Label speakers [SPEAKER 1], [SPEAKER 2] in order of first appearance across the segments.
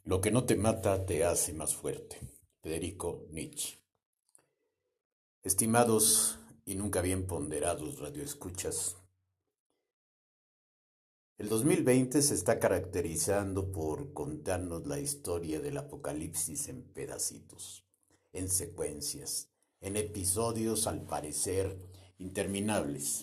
[SPEAKER 1] Lo que no te mata te hace más fuerte. Federico Nietzsche. Estimados y nunca bien ponderados radioescuchas, el 2020 se está caracterizando por contarnos la historia del apocalipsis en pedacitos, en secuencias, en episodios al parecer interminables.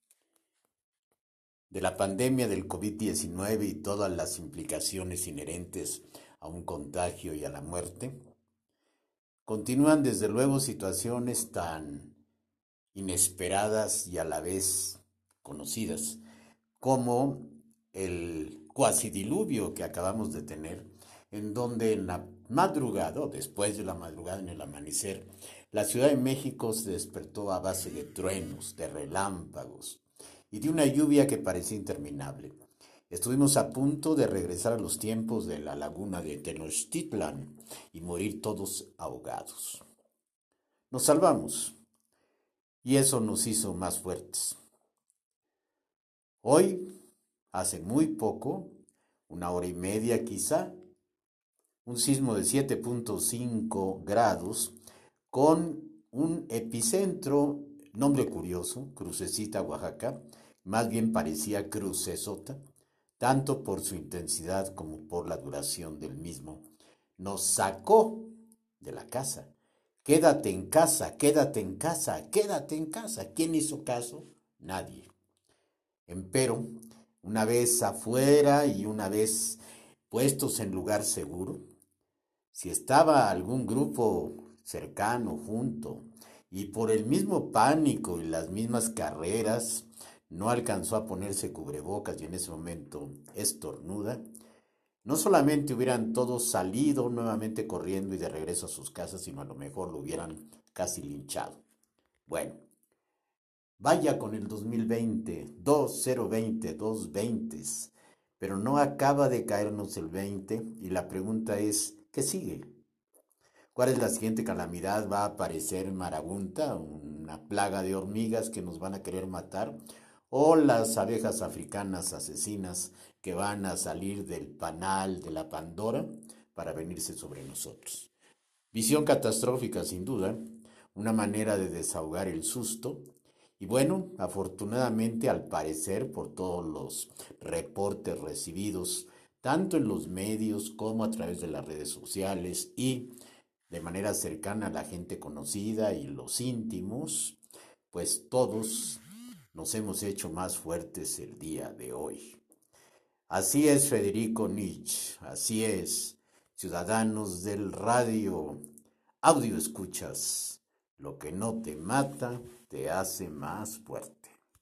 [SPEAKER 1] De la pandemia del COVID-19 y todas las implicaciones inherentes a un contagio y a la muerte, continúan desde luego situaciones tan inesperadas y a la vez conocidas, como el cuasidiluvio que acabamos de tener, en donde en la madrugada, o después de la madrugada, en el amanecer, la Ciudad de México se despertó a base de truenos, de relámpagos y de una lluvia que parecía interminable. Estuvimos a punto de regresar a los tiempos de la laguna de Tenochtitlan y morir todos ahogados. Nos salvamos y eso nos hizo más fuertes. Hoy, hace muy poco, una hora y media quizá, un sismo de 7.5 grados con un epicentro, nombre curioso, Crucecita, Oaxaca, más bien parecía Crucesota, tanto por su intensidad como por la duración del mismo. Nos sacó de la casa. Quédate en casa, quédate en casa, quédate en casa. ¿Quién hizo caso? Nadie. Empero, una vez afuera y una vez puestos en lugar seguro, si estaba algún grupo cercano, junto, y por el mismo pánico y las mismas carreras, no alcanzó a ponerse cubrebocas y en ese momento estornuda, no solamente hubieran todos salido nuevamente corriendo y de regreso a sus casas, sino a lo mejor lo hubieran casi linchado. Bueno, vaya con el 2020, 2020, dos veintes, pero no acaba de caernos el 20 y la pregunta es, ¿qué sigue? ¿Cuál es la siguiente calamidad? ¿Va a aparecer marabunta, una plaga de hormigas que nos van a querer matar? ¿O las abejas africanas asesinas que van a salir del panal de la Pandora para venirse sobre nosotros? Visión catastrófica, sin duda, una manera de desahogar el susto. Y bueno, afortunadamente, al parecer, por todos los reportes recibidos, tanto en los medios como a través de las redes sociales y de manera cercana a la gente conocida y los íntimos, pues todos nos hemos hecho más fuertes el día de hoy. Así es, Federico Nietzsche, así es, ciudadanos del radio, audio escuchas, lo que no te mata te hace más fuerte.